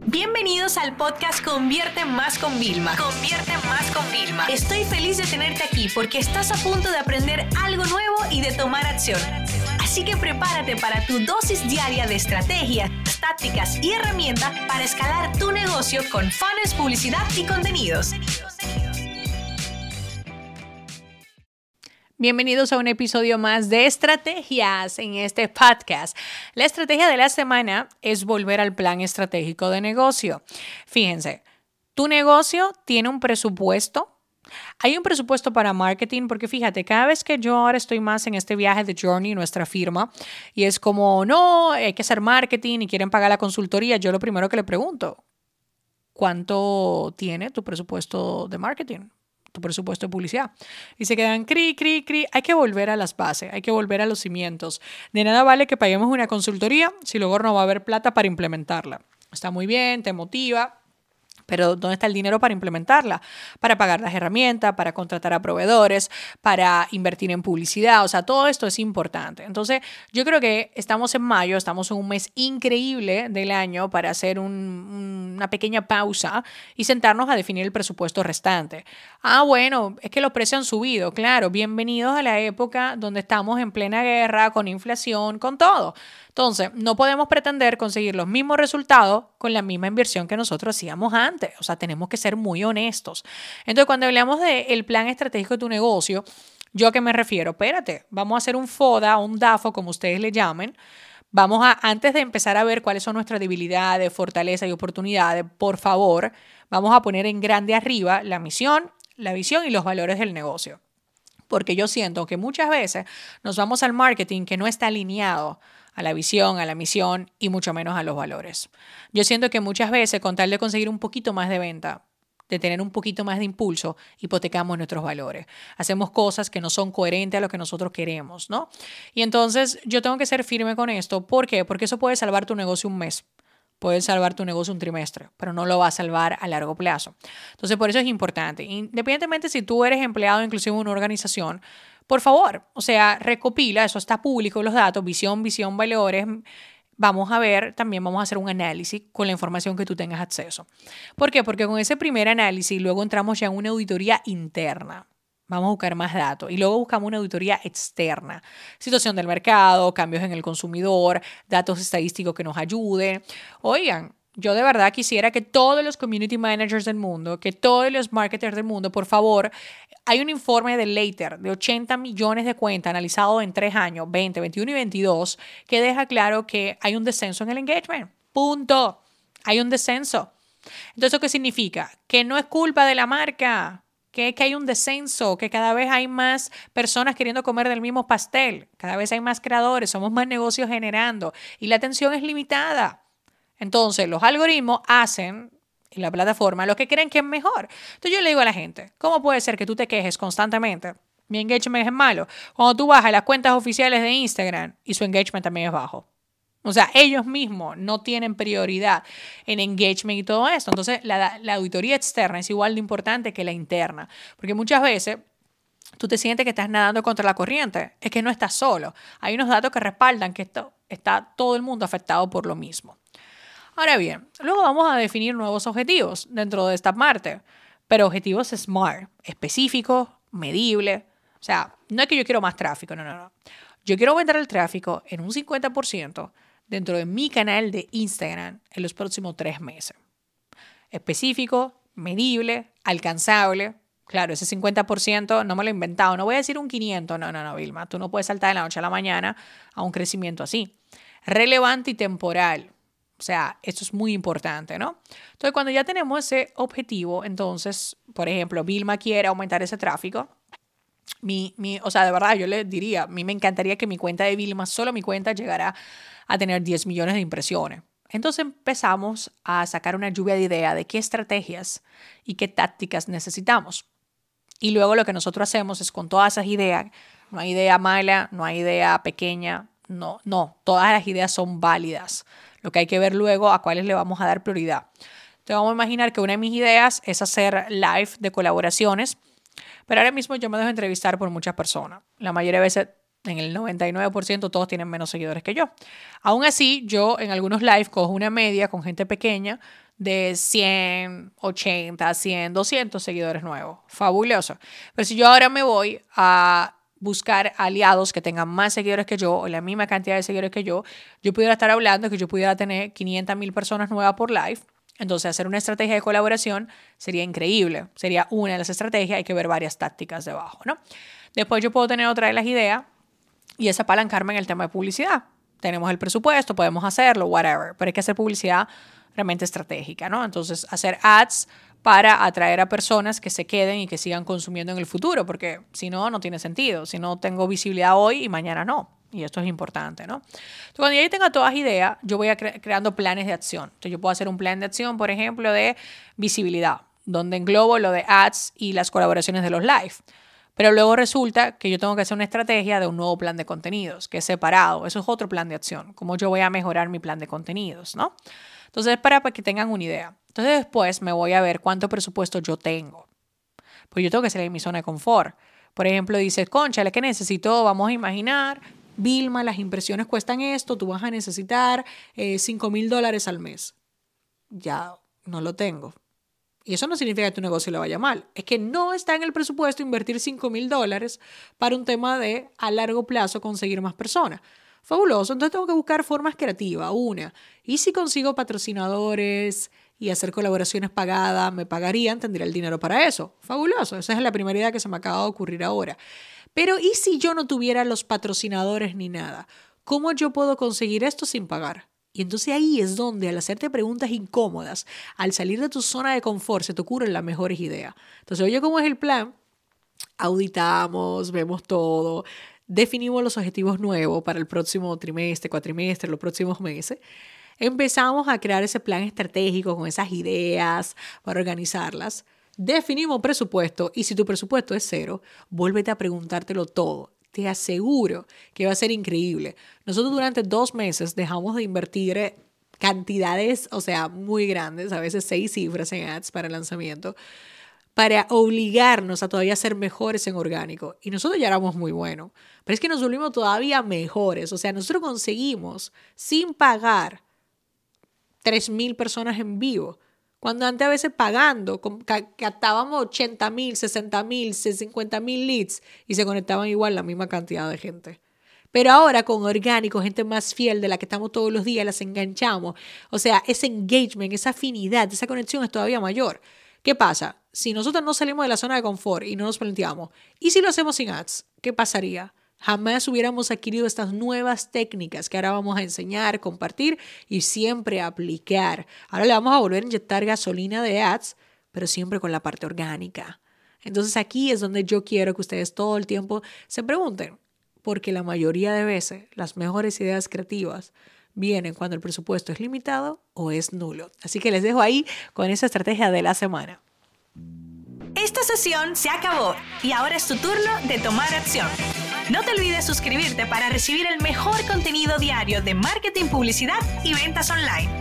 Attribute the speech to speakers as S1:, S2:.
S1: Bienvenidos al podcast Convierte Más con Vilma. Convierte Más con Vilma. Estoy feliz de tenerte aquí porque estás a punto de aprender algo nuevo y de tomar acción. Así que prepárate para tu dosis diaria de estrategias, tácticas y herramientas para escalar tu negocio con funnels, publicidad y contenidos. Bienvenidos a un episodio más de estrategias en este podcast. La estrategia de la semana es volver al plan estratégico de negocio. Fíjense, tu negocio tiene un presupuesto. Hay un presupuesto para marketing porque fíjate, cada vez que yo ahora estoy más en este viaje de Journey, nuestra firma, y es como, no, hay que hacer marketing y quieren pagar la consultoría, yo lo primero que le pregunto, ¿cuánto tiene tu presupuesto de marketing? Tu presupuesto de publicidad. Y se quedan cri. Hay que volver a las bases, hay que volver a los cimientos. De nada vale que paguemos una consultoría si luego no va a haber plata para implementarla. Está muy bien, te motiva, pero ¿dónde está el dinero para implementarla? Para pagar las herramientas, para contratar a proveedores, para invertir en publicidad. O sea, todo esto es importante. Entonces, yo creo que estamos en mayo, estamos en un mes increíble del año para hacer una pequeña pausa y sentarnos a definir el presupuesto restante. Bueno, es que los precios han subido. Claro, bienvenidos a la época donde estamos en plena guerra, con inflación, con todo. Entonces, no podemos pretender conseguir los mismos resultados con la misma inversión que nosotros hacíamos antes. O sea, tenemos que ser muy honestos. Entonces, cuando hablamos del plan estratégico de tu negocio, ¿yo a qué me refiero? Espérate, vamos a hacer un FODA, un DAFO, como ustedes le llamen. Antes de empezar a ver cuáles son nuestras debilidades, fortalezas y oportunidades, por favor, vamos a poner en grande arriba la misión, la visión y los valores del negocio. Porque yo siento que muchas veces nos vamos al marketing que no está alineado a la visión, a la misión y mucho menos a los valores. Yo siento que muchas veces, con tal de conseguir un poquito más de venta, de tener un poquito más de impulso, hipotecamos nuestros valores. Hacemos cosas que no son coherentes a lo que nosotros queremos, ¿no? Y entonces yo tengo que ser firme con esto. ¿Por qué? Porque eso puede salvar tu negocio un mes. Puede salvar tu negocio un trimestre, pero no lo va a salvar a largo plazo. Entonces, por eso es importante. Independientemente si tú eres empleado inclusive en una organización, por favor, o sea, recopila, eso está público, los datos, visión, valores. Vamos a hacer un análisis con la información que tú tengas acceso. ¿Por qué? Porque con ese primer análisis luego entramos ya en una auditoría interna. Vamos a buscar más datos y luego buscamos una auditoría externa. Situación del mercado, cambios en el consumidor, datos estadísticos que nos ayuden. Oigan, yo de verdad quisiera que todos los community managers del mundo, que todos los marketers del mundo, por favor, hay un informe de Later de 80 millones de cuentas analizado en 3 años, 20, 21 y 22, que deja claro que hay un descenso en el engagement. Punto. Hay un descenso. Entonces, ¿qué significa? Que no es culpa de la marca. Que hay un descenso, que cada vez hay más personas queriendo comer del mismo pastel, cada vez hay más creadores, somos más negocios generando y la atención es limitada. Entonces, los algoritmos hacen en la plataforma lo que creen que es mejor. Entonces, yo le digo a la gente, ¿cómo puede ser que tú te quejes constantemente? Mi engagement es malo. Cuando tú vas a las cuentas oficiales de Instagram y su engagement también es bajo. O sea, ellos mismos no tienen prioridad en engagement y todo esto. Entonces, la auditoría externa es igual de importante que la interna. Porque muchas veces tú te sientes que estás nadando contra la corriente. Es que no estás solo. Hay unos datos que respaldan que está todo el mundo afectado por lo mismo. Ahora bien, luego vamos a definir nuevos objetivos dentro de esta parte. Pero objetivos SMART, específicos, medibles. O sea, no es que yo quiero más tráfico, no. Yo quiero aumentar el tráfico en un 50% dentro de mi canal de Instagram en los próximos 3 meses. Específico, medible, alcanzable. Claro, ese 50% no me lo he inventado. No voy a decir un 500. No, Vilma. Tú no puedes saltar de la noche a la mañana a un crecimiento así. Relevante y temporal. O sea, esto es muy importante, ¿no? Entonces, cuando ya tenemos ese objetivo, entonces, por ejemplo, Vilma quiere aumentar ese tráfico. O sea, de verdad, yo le diría, a mí me encantaría que mi cuenta de Vilma, solo mi cuenta, llegara a tener 10 millones de impresiones. Entonces empezamos a sacar una lluvia de ideas de qué estrategias y qué tácticas necesitamos. Y luego lo que nosotros hacemos es con todas esas ideas, no hay idea mala, no hay idea pequeña, no, todas las ideas son válidas. Lo que hay que ver luego a cuáles le vamos a dar prioridad. Entonces vamos a imaginar que una de mis ideas es hacer live de colaboraciones. Pero ahora mismo yo me dejo entrevistar por muchas personas. La mayoría de veces En el 99% todos tienen menos seguidores que yo. Aún así, yo en algunos live cojo una media con gente pequeña de 100, 80, 100, 200 seguidores nuevos. Fabuloso. Pero si yo ahora me voy a buscar aliados que tengan más seguidores que yo o la misma cantidad de seguidores que yo pudiera estar hablando que yo pudiera tener 500,000 personas nuevas por live. Entonces, hacer una estrategia de colaboración sería increíble. Sería una de las estrategias. Hay que ver varias tácticas debajo, ¿no? Después yo puedo tener otra de las ideas y es apalancarme en el tema de publicidad. Tenemos el presupuesto, podemos hacerlo, whatever. Pero hay que hacer publicidad realmente estratégica, ¿no? Entonces, hacer ads para atraer a personas que se queden y que sigan consumiendo en el futuro, porque si no, no tiene sentido. Si no tengo visibilidad hoy y mañana no. Y esto es importante, ¿no? Entonces, cuando ya tenga todas ideas, yo voy creando planes de acción. Entonces, yo puedo hacer un plan de acción, por ejemplo, de visibilidad, donde englobo lo de ads y las colaboraciones de los live. Pero luego resulta que yo tengo que hacer una estrategia de un nuevo plan de contenidos, que es separado. Eso es otro plan de acción. Cómo yo voy a mejorar mi plan de contenidos, ¿no? Entonces, para que tengan una idea. Entonces, después me voy a ver cuánto presupuesto yo tengo. Pues yo tengo que salir de mi zona de confort. Por ejemplo, dices, cónchale, ¿qué necesito? Vamos a imaginar, Vilma, las impresiones cuestan esto, tú vas a necesitar $5,000 al mes. Ya no lo tengo. Y eso no significa que tu negocio le vaya mal. Es que no está en el presupuesto invertir $5,000 para un tema de a largo plazo conseguir más personas. Fabuloso. Entonces tengo que buscar formas creativas. Una, ¿y si consigo patrocinadores y hacer colaboraciones pagadas? ¿Me pagarían? ¿Tendría el dinero para eso? Fabuloso. Esa es la primera idea que se me acaba de ocurrir ahora. Pero ¿y si yo no tuviera los patrocinadores ni nada? ¿Cómo yo puedo conseguir esto sin pagar? Y entonces ahí es donde, al hacerte preguntas incómodas, al salir de tu zona de confort, se te ocurren las mejores ideas. Entonces, oye, ¿cómo es el plan? Auditamos, vemos todo, definimos los objetivos nuevos para el próximo trimestre, cuatrimestre, los próximos meses. Empezamos a crear ese plan estratégico con esas ideas para organizarlas. Definimos presupuesto y si tu presupuesto es 0, vuélvete a preguntártelo todo. Te aseguro que va a ser increíble. Nosotros durante 2 meses dejamos de invertir cantidades, o sea, muy grandes, a veces 6 cifras en ads para el lanzamiento, para obligarnos a todavía ser mejores en orgánico. Y nosotros ya éramos muy buenos, pero es que nos volvimos todavía mejores. O sea, nosotros conseguimos, sin pagar, 3,000 personas en vivo. Cuando antes a veces pagando, captábamos 80,000, 60,000, 50,000 leads y se conectaban igual la misma cantidad de gente. Pero ahora con orgánico, gente más fiel de la que estamos todos los días, las enganchamos. O sea, ese engagement, esa afinidad, esa conexión es todavía mayor. ¿Qué pasa? Si nosotros no salimos de la zona de confort y no nos planteamos, ¿y si lo hacemos sin ads? ¿Qué pasaría? Jamás hubiéramos adquirido estas nuevas técnicas que ahora vamos a enseñar, compartir y siempre aplicar. Ahora le vamos a volver a inyectar gasolina de ads, pero siempre con la parte orgánica. Entonces aquí es donde yo quiero que ustedes todo el tiempo se pregunten, porque la mayoría de veces las mejores ideas creativas vienen cuando el presupuesto es limitado o es nulo. Así que les dejo ahí con esa estrategia de la semana.
S2: Esta sesión se acabó y ahora es tu turno de tomar acción. No te olvides suscribirte para recibir el mejor contenido diario de marketing, publicidad y ventas online.